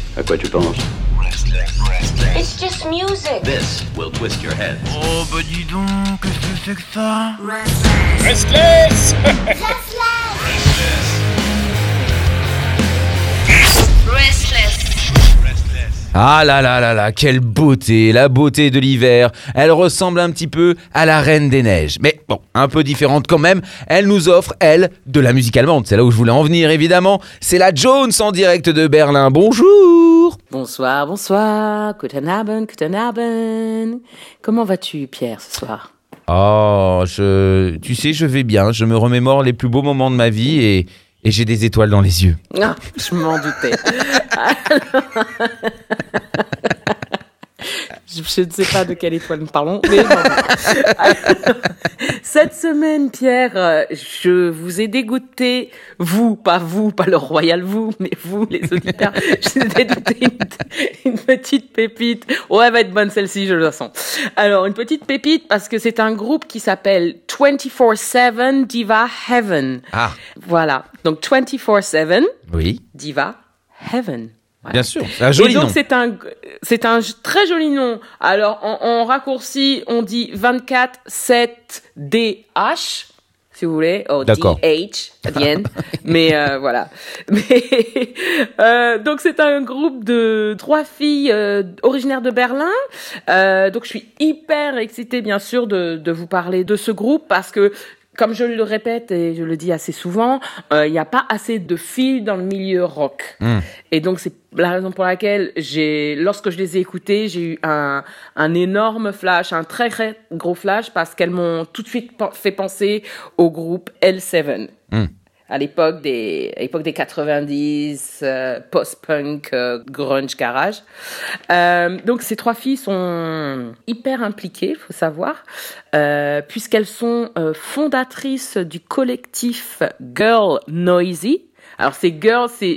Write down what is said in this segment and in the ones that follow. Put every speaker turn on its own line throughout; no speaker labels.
À quoi tu penses?
It's just music.
This will twist your head.
Oh bah dis donc, qu'est-ce que c'est que ça?
Restless.
Restless.
Ah là là là là, quelle beauté, la beauté de l'hiver. Elle ressemble un petit peu à la Reine des Neiges. Mais bon, un peu différente quand même. Elle nous offre, elle, de la musique allemande. C'est là où je voulais en venir, évidemment. C'est la Jones en direct de Berlin. Bonjour.
Bonsoir, bonsoir. Guten Abend, guten Abend. Comment vas-tu, Pierre, ce soir?
Oh, tu sais, je vais bien. Je me remémore les plus beaux moments de ma vie et j'ai des étoiles dans les yeux.
Ah, je m'en doutais. Je ne sais pas de quelle étoile nous parlons, mais cette semaine, Pierre, je vous ai dégoûté, pas le royal vous, mais vous, les auditeurs, je vous ai dégoûté une petite pépite. Ouais, elle va être bonne celle-ci, je le sens. Alors, une petite pépite parce que c'est un groupe qui s'appelle 24/7 Diva Heaven.
Ah.
Voilà, donc 24/7
Oui.
Diva Heaven. Voilà.
Bien sûr, c'est un joli nom.
Et donc, c'est un très joli nom. Alors, en raccourci, on dit 24/7 DH, si vous voulez. Oh,
D'accord.
DH, at the end. Mais, voilà. Donc, c'est un groupe de 3 filles originaires de Berlin. Donc, je suis hyper excitée, bien sûr, de vous parler de ce groupe parce que, comme je le répète et je le dis assez souvent, il n'y a pas assez de filles dans le milieu rock. Et donc, c'est la raison pour laquelle lorsque je les ai écoutées, j'ai eu un énorme flash, un très, très gros flash, parce qu'elles m'ont tout de suite fait penser au groupe L7. À l'époque des 90, post-punk, grunge, garage. Donc ces 3 filles sont hyper impliquées, faut savoir, puisqu'elles sont fondatrices du collectif Girl Noisy. Alors c'est Girl, c'est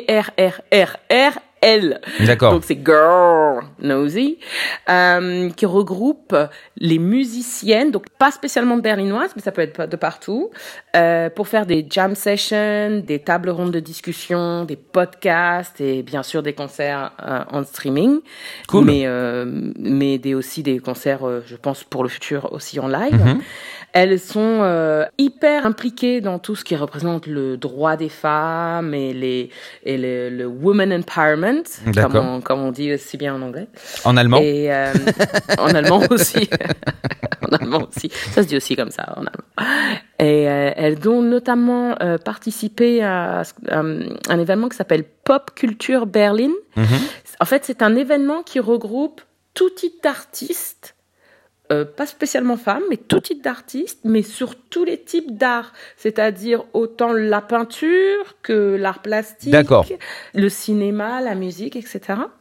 Grrrrl.
D'accord.
Donc c'est Girl Noisy, qui regroupe les musiciennes, donc pas spécialement berlinoises, mais ça peut être de partout, pour faire des jam sessions, des tables rondes de discussion, des podcasts et bien sûr des concerts en streaming.
Cool.
Mais aussi des concerts, je pense pour le futur aussi en live. Elles sont hyper impliquées dans tout ce qui représente le droit des femmes et le women empowerment, comme on dit aussi bien en anglais.
En allemand.
Et en allemand aussi. En allemand aussi. Ça se dit aussi comme ça, en allemand. Et elles ont notamment participé à un événement qui s'appelle Pop Culture Berlin. En fait, c'est un événement qui regroupe tout type d'artistes, pas spécialement femmes, mais tout type d'artistes, mais sur tous les types d'art, c'est-à-dire autant la peinture que l'art plastique,
D'accord.
le cinéma, la musique, etc.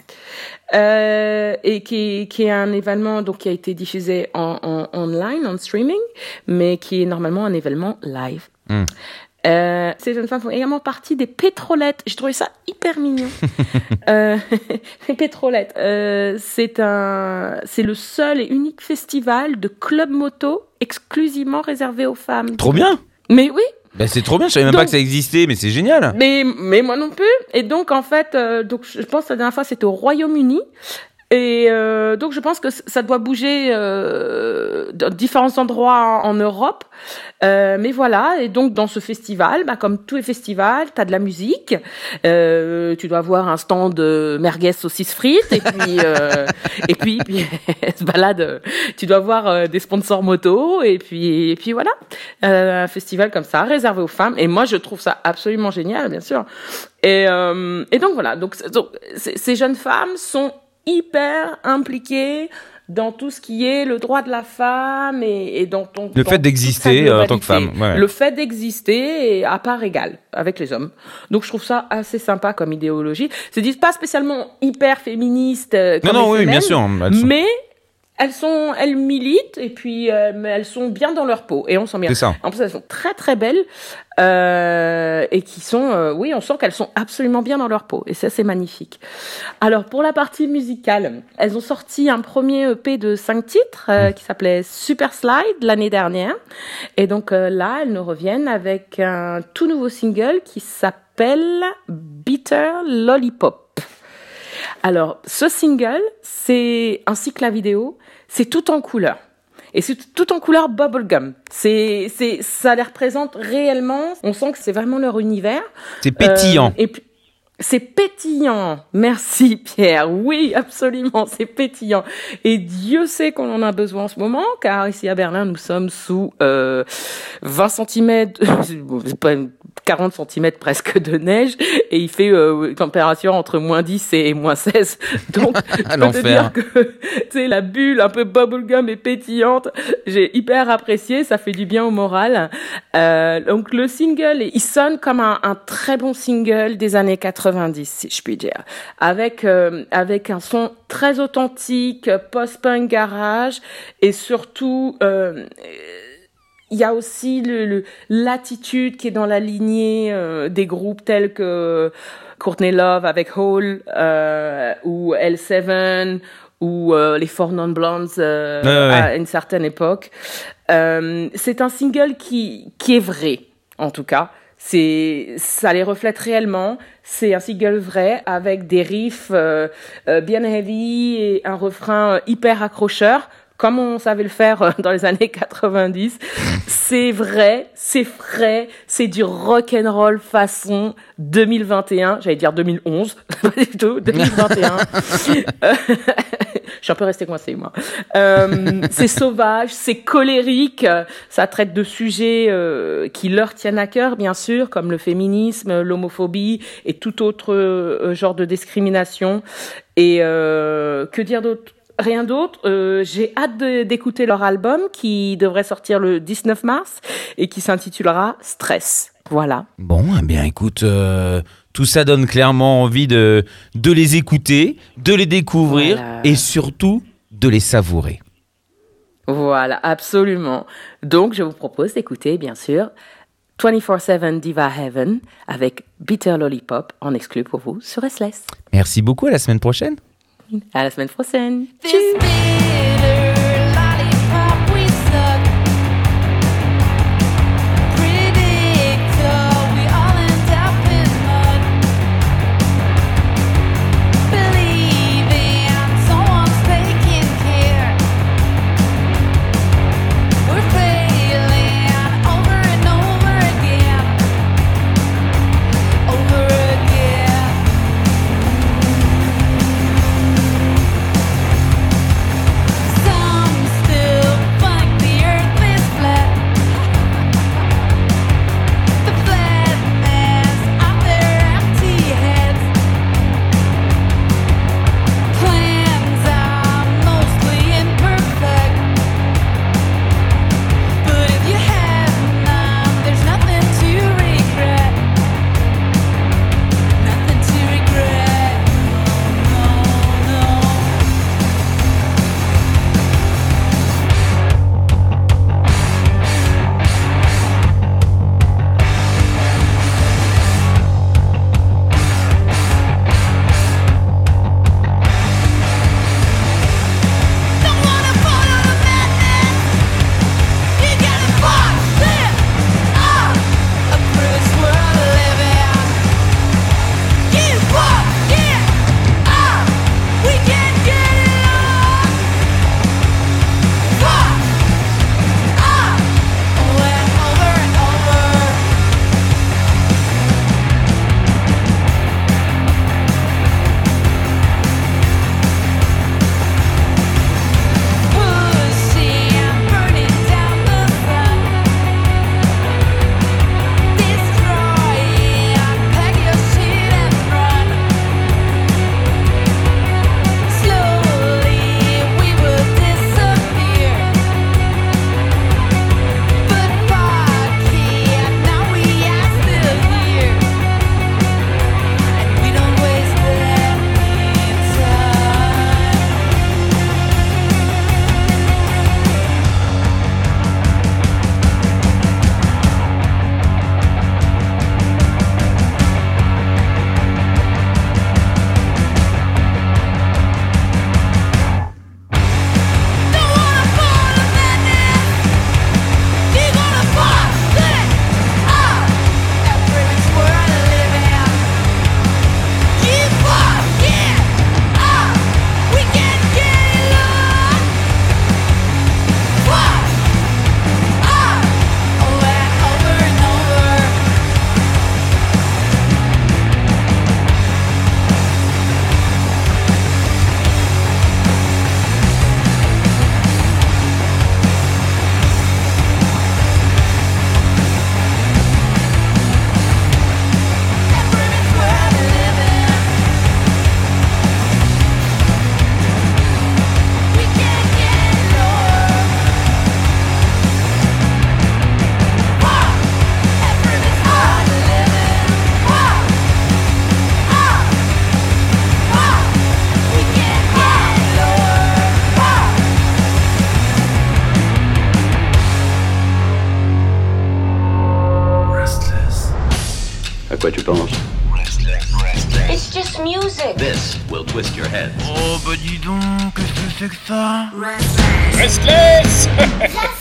Et qui est un événement donc qui a été diffusé en online, en streaming, mais qui est normalement un événement live. Ces jeunes femmes font également partie des Pétrolettes. J'ai trouvé ça hyper mignon. Les Pétrolettes, c'est le seul et unique festival de club moto exclusivement réservé aux femmes.
Trop bien.
Mais oui.
Ben c'est trop bien, je savais même pas que ça existait, mais c'est génial.
Mais moi non plus. Et donc en fait, donc je pense que la dernière fois c'était au Royaume-Uni. Et donc je pense que ça doit bouger dans différents endroits en Europe. Mais voilà, et donc dans ce festival, comme tous les festivals, t'as de la musique. Tu dois avoir un stand de merguez saucisses frites et puis elle se balade. Tu dois avoir des sponsors moto et puis voilà, un festival comme ça réservé aux femmes. Et moi je trouve ça absolument génial, bien sûr. Et donc voilà, donc ces jeunes femmes sont hyper impliquée dans tout ce qui est le droit de la femme et dans
le fait d'exister en tant que femme. Ouais.
Le fait d'exister à part égale avec les hommes. Donc je trouve ça assez sympa comme idéologie. C'est pas spécialement hyper féministe comme
non, oui, bien sûr.
Mais elles militent et puis elles sont bien dans leur peau et on sent bien.
C'est ça.
En plus elles sont très très belles et qui sont, oui, on sent qu'elles sont absolument bien dans leur peau et ça c'est magnifique. Alors pour la partie musicale, elles ont sorti un premier EP de 5 titres qui s'appelait Super Slide l'année dernière et donc là elles nous reviennent avec un tout nouveau single qui s'appelle Bitter Lollipop. Alors, ce single, c'est ainsi que la vidéo, c'est tout en couleur. Et c'est tout en couleur bubblegum. Ça les représente réellement. On sent que c'est vraiment leur univers.
C'est pétillant.
Et puis, c'est pétillant. Merci Pierre. Oui, absolument, c'est pétillant. Et Dieu sait qu'on en a besoin en ce moment, car ici à Berlin, nous sommes sous 20 cm, 40 cm presque de neige, et il fait température entre moins 10 et moins 16. Donc, je peux te dire que la bulle un peu bubblegum et pétillante, j'ai hyper apprécié, ça fait du bien au moral. Donc le single, il sonne comme un très bon single des années 90, si je puis dire, avec un son très authentique, post-punk garage, et surtout il y a aussi l'attitude qui est dans la lignée des groupes tels que Courtney Love avec Hole, ou L7, ou les Four Non Blondes à une certaine époque. C'est un single qui est vrai, en tout cas. Ça les reflète réellement. C'est un single vrai avec des riffs bien heavy et un refrain hyper accrocheur, comme on savait le faire dans les années 90. C'est vrai, c'est frais, c'est du rock'n'roll façon 2021. J'allais dire 2011, pas du tout, 2021. Je suis un peu restée coincée, moi. C'est sauvage, c'est colérique, ça traite de sujets qui leur tiennent à cœur, bien sûr, comme le féminisme, l'homophobie et tout autre genre de discrimination. Et que dire d'autre ? Rien d'autre. J'ai hâte d'écouter leur album qui devrait sortir le 19 mars et qui s'intitulera Stress. Voilà.
Bon, eh bien écoute, tout ça donne clairement envie de les écouter, de les découvrir, voilà. Et surtout de les savourer.
Voilà, absolument. Donc je vous propose d'écouter bien sûr 24/7 Diva Heaven avec Bitter Lollipop en exclu pour vous sur Restless.
Merci beaucoup, à la semaine prochaine.
À la semaine prochaine.
Some quoi tu penses?
It's just music.
This will twist your head.
Oh bah dis donc, qu'est-ce que c'est que ça?
Restless